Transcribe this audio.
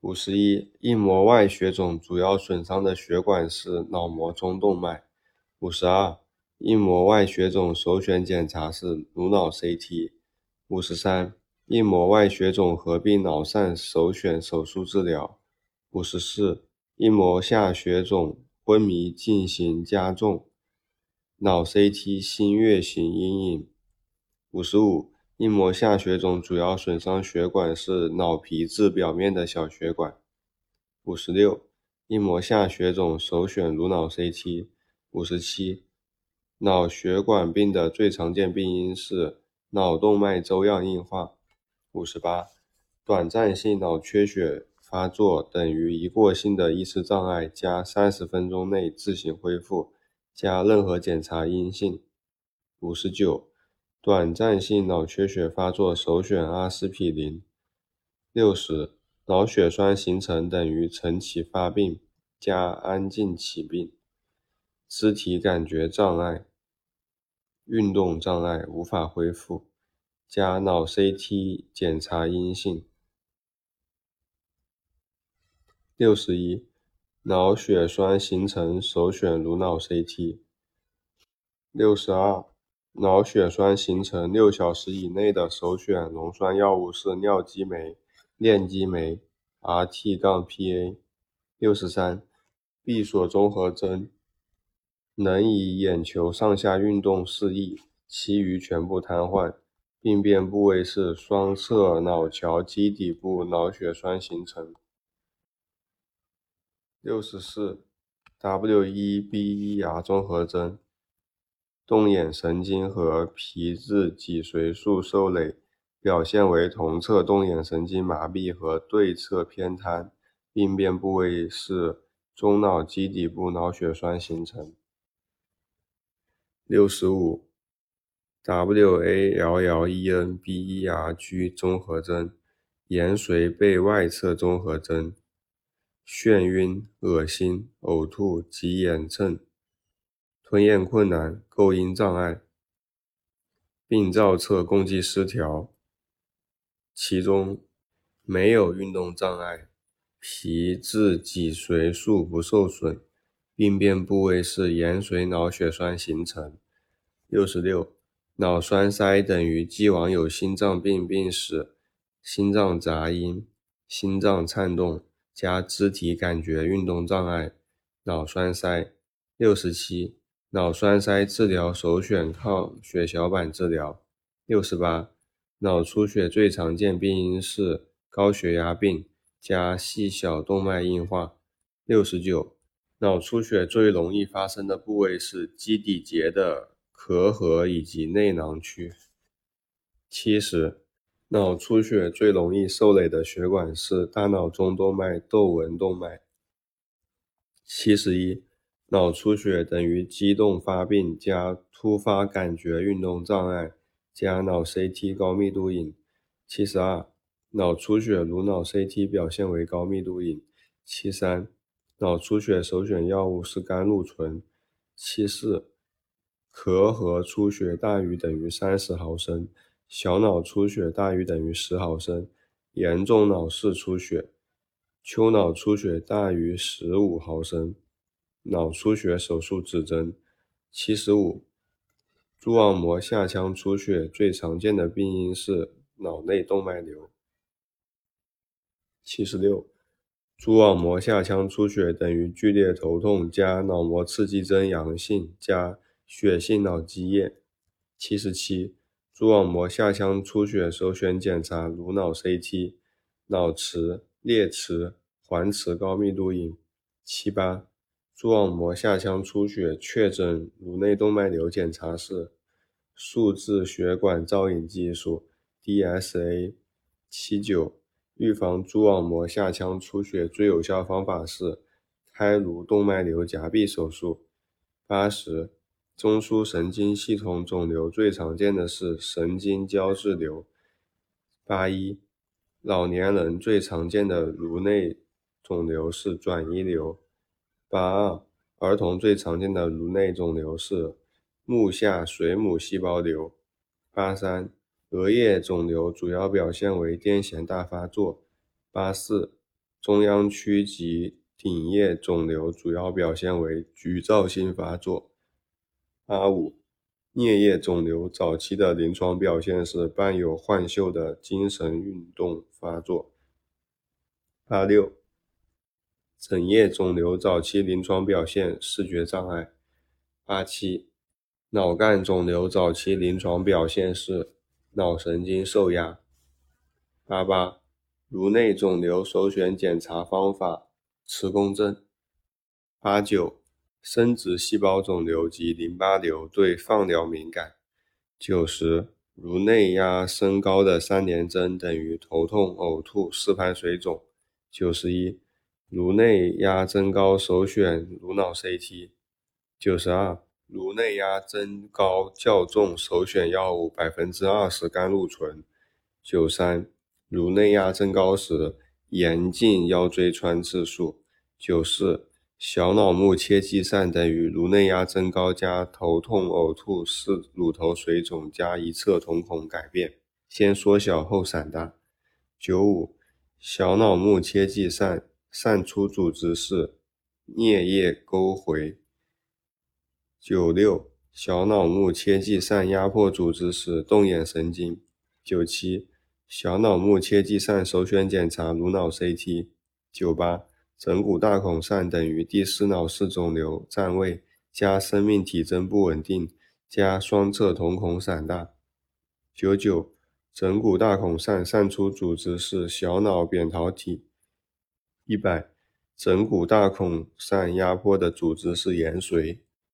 51. 硬膜外血肿主要损伤的血管是脑膜中动脉。52. 硬膜外血肿首选检查是颅脑 CT。53. 硬膜外血肿合并脑疝首选手术治疗。54. 硬膜下血肿昏迷进行加重，脑 CT 新月形阴影。55. 硬膜下血肿主要损伤血管是脑皮质表面的小血管。56. 硬膜下血肿首选颅脑 CT。57. 脑血管病的最常见病因是脑动脉粥样硬化。58. 短暂性脑缺血发作等于一过性的意识障碍加30分钟内自行恢复加任何检查阴性。59. 短暂性脑缺血发作首选阿司匹林。60. 脑血栓形成等于晨起发病加安静起病。肢体感觉障碍、运动障碍无法恢复加脑 CT 检查阴性。61. 脑血栓形成首选颅脑 CT。62. 脑血栓形成6小时以内的首选溶栓药物是尿激酶、链激酶、RT-PA。63. 闭锁综合征能以眼球上下运动示意，其余全部瘫痪，病变部位是双侧脑桥基底部脑血栓形成。64. WEBER 综合征动眼神经和皮质脊髓素受累，表现为同侧动眼神经麻痹和对侧偏瘫，病变部位是中脑基底部脑血栓形成。65. WALLENBERG 综合征延髓背外侧综合征眩晕、恶心、呕吐及眼症，吞咽困难、构音障碍，病灶侧共济失调，其中没有运动障碍，皮质脊髓素不受损，病变部位是延髓脑血栓形成。66. 脑栓塞等于既往有心脏病并使心脏杂音、心脏颤动加肢体感觉运动障碍，脑栓塞。67. 脑栓塞治疗首选抗血小板治疗。68. 脑出血最常见病因是高血压病加细小动脉硬化。69. 脑出血最容易发生的部位是基底节的壳核以及内囊区。70. 脑出血最容易受累的血管是大脑中动脉窦纹动脉。71. 脑出血等于激动发病加突发感觉运动障碍加脑 CT 高密度影。72. 脑出血颅脑 CT 表现为高密度影。73. 脑出血首选药物是甘露醇。74. 壳核出血大于等于30毫升，小脑出血大于等于10毫升，严重脑室出血，丘脑出血大于15毫升，脑出血手术指征。75. 蛛网膜下腔出血最常见的病因是脑内动脉瘤。76. 蛛网膜下腔出血等于剧烈头痛加脑膜刺激征阳性加血性脑积液。77. 蛛网膜下腔出血首选检查颅脑 CT、脑磁、裂磁、环磁高密度影。78. 蛛网膜下腔出血确诊颅内动脉瘤检查是数字血管造影技术 DSA。79. 预防蛛网膜下腔出血最有效方法是开颅动脉瘤夹壁手术。80. 中枢神经系统肿瘤最常见的是神经胶质瘤。81. 老年人最常见的颅内肿瘤是转移瘤。82. 儿童最常见的颅内肿瘤是目下水母细胞瘤。83. 额叶肿瘤主要表现为癫痫大发作。84. 中央区及顶叶肿瘤主要表现为局灶性发作。85. 颞叶肿瘤早期的临床表现是伴有浣秀的精神运动发作。86. 枕叶肿瘤早期临床表现视觉障碍。87. 脑干肿瘤早期临床表现是脑神经受压。88. 颅内肿瘤首选检查方法磁共振。89. 生殖细胞肿瘤及淋巴瘤对放疗敏感。90. 颅内压升高的3联征等于头痛、呕吐、室盘水肿。91. 颅内压增高首选颅脑 CT。92. 颅内压增高较重首选药物 20% 甘露醇。93. 颅内压增高时严禁腰椎穿刺术。94. 小脑幕切迹散等于颅内压增高加头痛、呕吐、乳头水肿加一侧瞳孔改变，先缩小后散大。95. 小脑幕切迹散散出组织是颞叶沟回。96. 小脑幕切迹散压迫组织是动眼神经。97. 小脑幕切迹散首选检查颅脑 CT。98. 枕骨大孔疝等于第四脑室肿瘤占位加生命体征不稳定加双侧瞳孔散大。99. 枕骨大孔疝散出组织是小脑扁桃体。100. 枕骨大孔疝压迫的组织是延髓。